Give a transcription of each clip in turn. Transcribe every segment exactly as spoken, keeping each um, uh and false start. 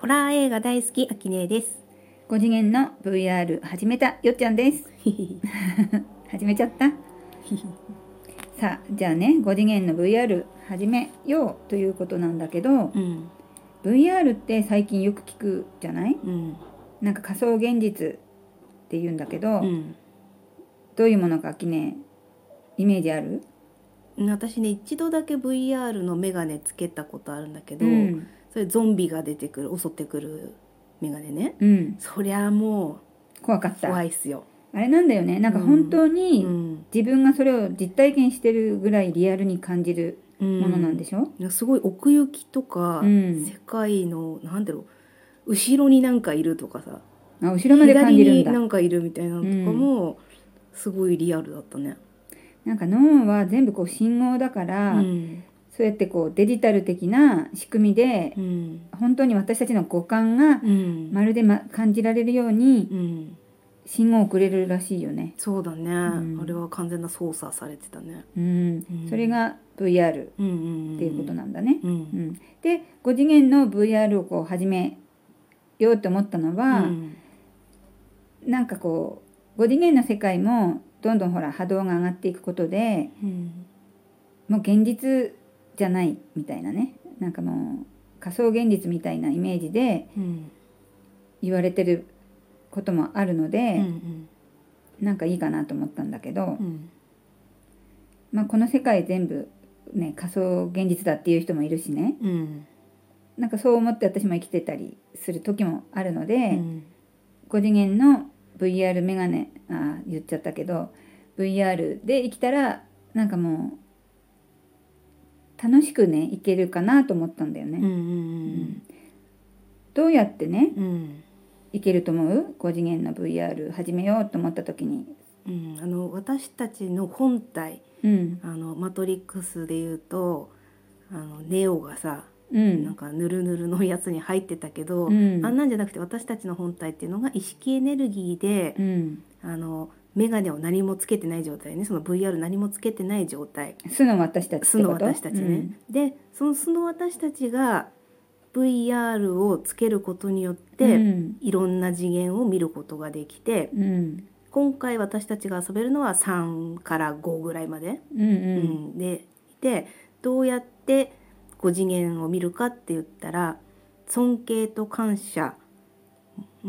ホラー映画大好きあきねえです。 ご次元の ブイアール 始めたよっちゃんです始めちゃったさあじゃあねご次元の ブイアール 始めようということなんだけど、 うん、 ブイアール って最近よく聞くじゃない、 うん、 なんか仮想現実って言うんだけど、 うん、 どういうものかあきねイメージある？ 私ね一度だけ ブイアール のメガネつけたことあるんだけど、 うん、 それゾンビが出てくる襲ってくるメガネね、 うん、 そりゃもう怖かった。 怖いっすよ。 あれなんだよね、なんか本当うにん自分がそれを実体験してるぐらいリアルに感じるうんものなんでしょ？ いやすごい奥行きとか、 うん、 世界のなんだろう後ろになんかいるとかさ、 あ、後ろまで感左じるんだ。 になんかいるみたいなのとかもすごいリアルだったね。 なんか脳は全部こう信号だから、 うん、 そうやってこうデジタル的な仕組みで、 うん、 本当に私たちの五感がうんまるで、ま、感じられるようにうん信号をくれるらしいよね。 そうだね、 んあれは完全な操作されてたね。 うん、 うんそれが ブイアールうんうんっていうことなんだね。 うんうんでご次元の ブイアール をこう始めようって思ったのは、 うんなんかこうご次元の世界もどんどんほら波動が上がっていくことで、 うんもう現実じゃないみたいなね、なんかもう仮想現実みたいなイメージでうん言われてることもあるので、 うんうんなんかいいかなと思ったんだけど、 うんまあ、この世界全部ね仮想現実だっていう人もいるしね、 うんなんかそう思って私も生きてたりする時もあるので、 うんご次元の ブイアール メガネ、あ言っちゃったけど ブイアール で生きたらなんかもう楽しくね生けるかなと思ったんだよね。 うんうんどうやってねうんいけると思う？ご次元の ブイアール 始めようと思った時に。 うんあの私たちの本体、 うんあのマトリックスでいうとあのネオがさ、 うんなんかヌルヌルのやつに入ってたけど、 うんあんなんじゃなくて私たちの本体っていうのが意識エネルギーで、 うんあのメガネを何もつけてない状態ね、その ブイアール 何もつけてない状態、 素の私たちってこと？ 素の私たちね、でその素の私たちが ブイアール をつけることによって、 うんいろんな次元を見ることができて、 うんうん今回私たちが遊べるのはさんからごぐらいまで、 うんうんうんででどうやってご次元を見るかって言ったら、尊敬と感謝、うん、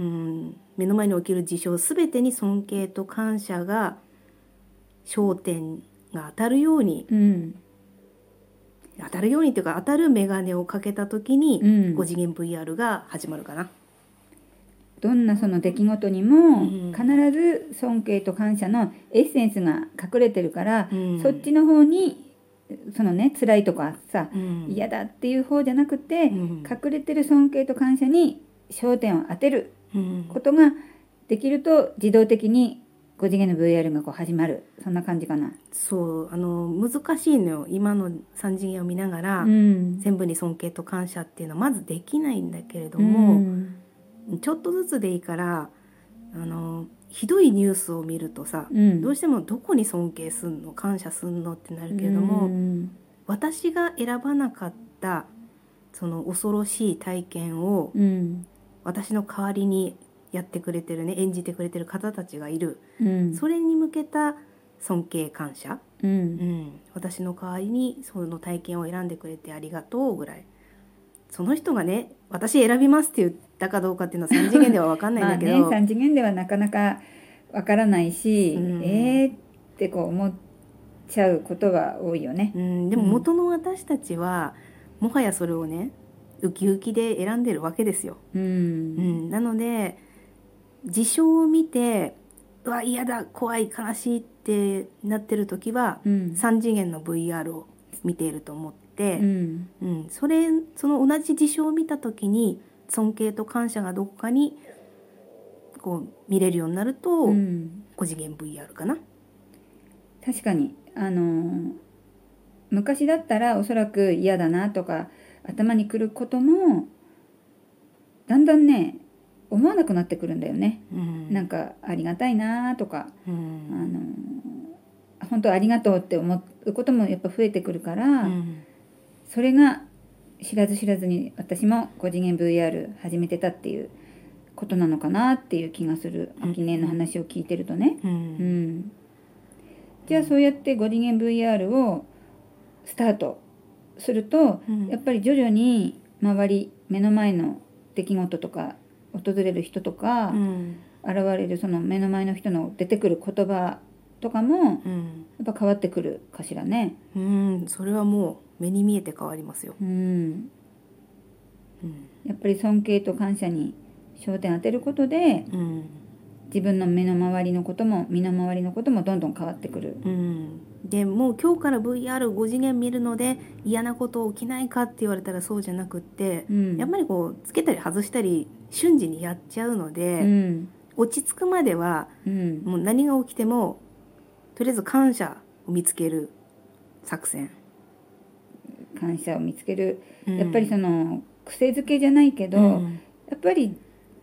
目の前に起きる事象すべてに尊敬と感謝が焦点が当たるように、 うん当たるようにっていうか当たる眼鏡をかけた時に、 うんご次元 ブイアール が始まるかな。 どんなその出来事にもうん必ず尊敬と感謝のエッセンスが隠れてるから、 うんそっちの方にそのね辛いとかさ、 うん嫌だっていう方じゃなくて、 うん隠れてる尊敬と感謝に焦点を当てるうんことができると自動的にご次元の ブイアール がこう始まる、そんな感じかな。 そうあの難しいのよ、今のさん次元を見ながら、 うん全部に尊敬と感謝っていうのはまずできないんだけれどうも、 んちょっとずつでいいからあのひどいニュースを見るとさ、 うんどうしてもどこに尊敬すんの感謝すんのってなるけれども、 うん私が選ばなかったその恐ろしい体験をうん私の代わりにやってくれてるね、演じてくれてる方たちがいる、 うんそれに向けた尊敬感謝、 ううんん、私の代わりにその体験を選んでくれてありがとうぐらい。その人がね私選びますって言ったかどうかっていうのはさん次元では分かんないんだけどまあね、さん次元ではなかなかわからないし、 うんえーってこう思っちゃうことが多いよね。 うん、でも元の私たちは、もはやそれをねウキウキで選んでるわけですよ。 うんうん、なので事象を見てうわ嫌だ怖い悲しいってなってる時は、 うんさん次元の ブイアール を見ていると思って、 うんうん、それその同じ事象を見た時に尊敬と感謝がどこかにこう見れるようになると、 うんご次元 ブイアール かな。 確かにあのー昔だったらおそらく嫌だなとか頭にくることもだんだんね思わなくなってくるんだよね。 うんなんかありがたいなとか、 うあんのー本当ありがとうって思うこともやっぱ増えてくるから、 うんそれが知らず知らずに私もご次元 ブイアール 始めてたっていうことなのかなっていう気がする、あきねの話を聞いてるとね、 うんうんじゃあそうやってご次元 ブイアール をスタートすると、 うんやっぱり徐々に周り目の前の出来事とか訪れる人とか、 うん現れるその目の前の人の出てくる言葉とかもうんやっぱ変わってくるかしらね。 うんそれはもう目に見えて変わりますよ。 うんうんやっぱり尊敬と感謝に焦点当てることでうん自分の目の周りのことも身の回りのこともどんどん変わってくる。 うんでもう今日から ブイアールご 次元見るので嫌なこと起きないかって言われたらそうじゃなくって、 うんやっぱりこうつけたり外したり瞬時にやっちゃうので、 うん落ち着くまではうんもう何が起きてもとりあえず感謝を見つける作戦。 感謝を見つける、 うんやっぱりその癖づけじゃないけど、 うんやっぱり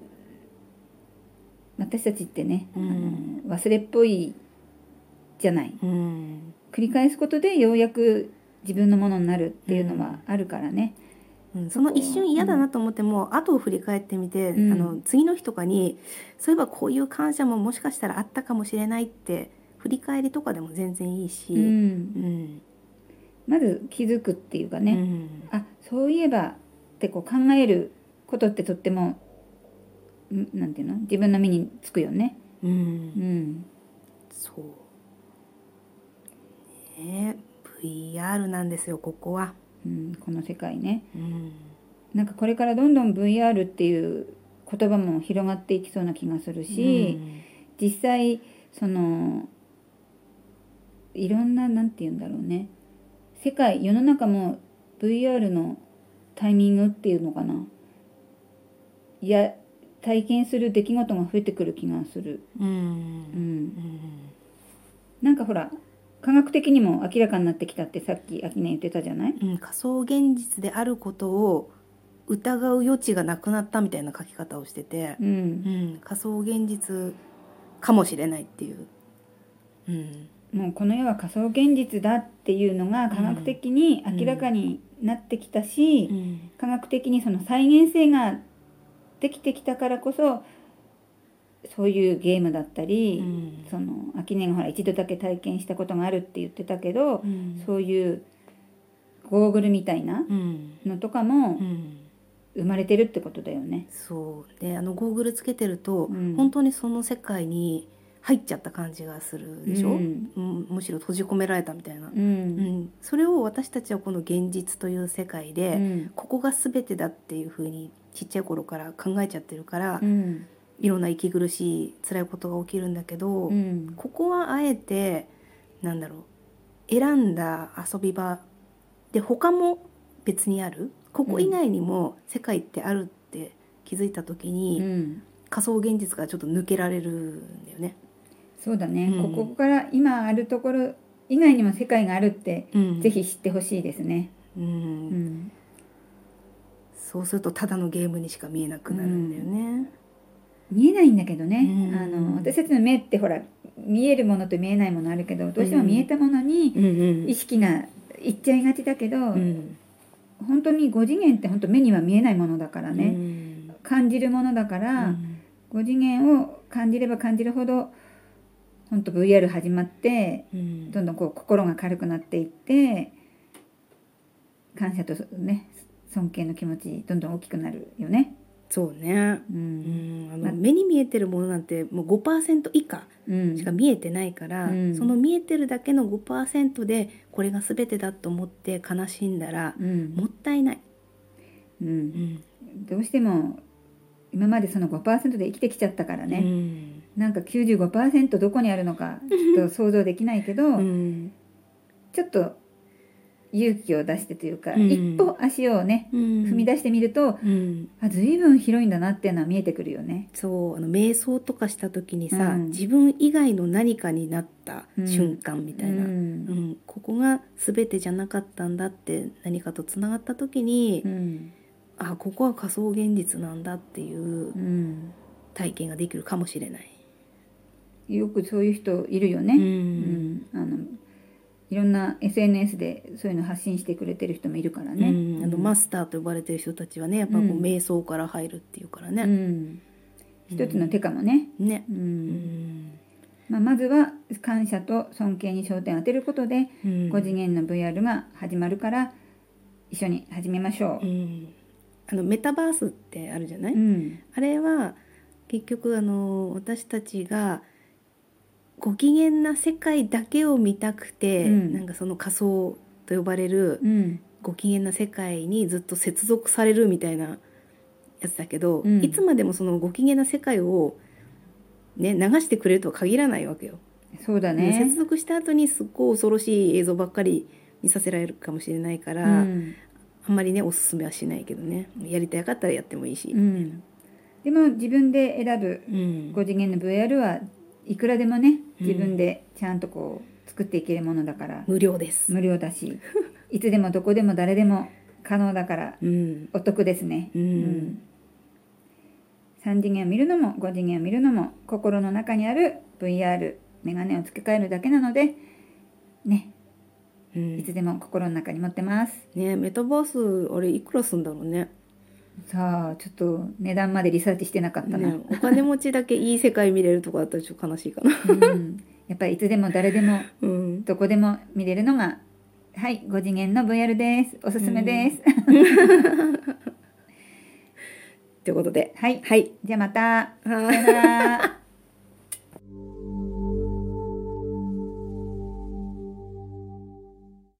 私たちってね、 うんあの忘れっぽいじゃない。 うん繰り返すことでようやく自分のものになるっていうのはあるからね。 うん、その一瞬嫌だなと思っても、後を振り返ってみて、 うんあの次の日とかにそういえばこういう感謝ももしかしたらあったかもしれないって振り返りとかでも全然いいし、 うんうんまず気づくっていうかうね、 んあそういえばってこう考えることってとってもんなんていうの自分の身につくよね。 うんうんそうね ブイアール なんですよここは。 うん、この世界ね。 うんなんかこれからどんどん ブイアール っていう言葉も広がっていきそうな気がするし、実際そのいろんななんて言うんだろうね、世界世の中も ブイアール のタイミングっていうのかな、いや体験する出来事が増えてくる気がする。 うんううんんなんかほら科学的にも明らかになってきたってさっきあきね言ってたじゃない。 うん仮想現実であることを疑う余地がなくなったみたいな書き方をしてて、 うんうん、仮想現実かもしれないっていう、うんもうこの世は仮想現実だっていうのが科学的に明らかになってきたし、 うん科学的にその再現性ができてきたからこそそういうゲームだったり、 うんそのあきねがほら一度だけ体験したことがあるって言ってたけど、 うんそういうゴーグルみたいなうんのとかもうん生まれてるってことだよね。 そうであのゴーグルつけてると、 うん本当にその世界に入っちゃった感じがするでしょ、 うんうんむしろ閉じ込められたみたいな、 ううんんそれを私たちはこの現実という世界で、 うんここが全てだっていう風にちっちゃい頃から考えちゃってるから、 うんいろんな息苦しい辛いことが起きるんだけど、 うんここはあえてなんだろう選んだ遊び場で他も別にある、ここ以外にも世界ってあるって気づいた時に、 うん仮想現実がちょっと抜けられるんだよね。 そうだね、 うんここから今あるところ以外にも世界があるって、 うんぜひ知ってほしいですね。 うんうんそうするとただのゲームにしか見えなくなるんだよね。 見えないんだけどね、 うんあの私たちの目ってほら見えるものと見えないものあるけど、どうしても見えたものにうんうん意識がいっちゃいがちだけど、 うん本当にご次元って本当目には見えないものだからうね、 ん感じるものだかうら、 んご次元を感じれば感じるほど本当 ブイアール 始まってうんどんどんこう心が軽くなっていって、感謝とね尊敬の気持ちどんどん大きくなるよね。 そうね、 ううんん、あのま目に見えてるものなんてもう ごパーセント 以下うんしか見えてないから、 うんその見えてるだけの ごパーセント でこれが全てだと思って悲しんだらうんもったいない、 ううんんどうしても今までその ごパーセント で生きてきちゃったからうね、 んなんか きゅうじゅうごパーセント どこにあるのかちょっと想像できないけど、 うんちょっと勇気を出してというか、 うん一歩足をねうん踏み出してみると、 うんあ随分広いんだなっていうのは見えてくるよね。 そうあの瞑想とかした時にさ、 うん自分以外の何かになった瞬間みたいな、 ううんんここが全てじゃなかったんだって何かとつながった時に、 うんあここは仮想現実なんだっていううん体験ができるかもしれない。 よくそういう人いるよね。 ううんんあのいろんな エスエヌエス でそういうの発信してくれてる人もいるからね、 うん、あのマスターと呼ばれてる人たちはねやっぱこう、 うん瞑想から入るっていうからうね、 ん、一つの手かもね、 ね、 うんうんまあ、まずは感謝と尊敬に焦点を当てることで、 うんご次元の ブイアール が始まるから一緒に始めましょう。 うんあのメタバースってあるじゃない、 うんあれは結局あの私たちがご機嫌な世界だけを見たくて、 うんなんかその仮想と呼ばれるうんご機嫌な世界にずっと接続されるみたいなやつだけど、 うんいつまでもそのご機嫌な世界を、ね、流してくれるとは限らないわけよ。 そうだ接ね。 続した後にすっごい恐ろしい映像ばっかり見させられるかもしれないから、 うんあんまりねおすすめはしないけどね、やりたかったらやってもいいし、 うん、でも自分で選ぶうんご次元の ブイアール はいくらでもね自分でちゃんとこう作っていけるものだから無料です。 無料だしいつでもどこでも誰でも可能だからうんお得ですね。 うんうんさん次元を見るのもご次元を見るのも心の中にある ブイアール メガネを付け替えるだけなのでねうんいつでも心の中に持ってます。 ね、メタバースあれいくらすんだろうね。 さあちょっと値段までリサーチしてなかったな、 ねお金持ちだけいい世界見れるとかだったらちょっと悲しいかな。 うん、やっぱりいつでも誰でもうんどこでも見れるのがはいご次元の ブイアール ですおすすめです、 ということで、 はいはい、 じゃあまたはさよなら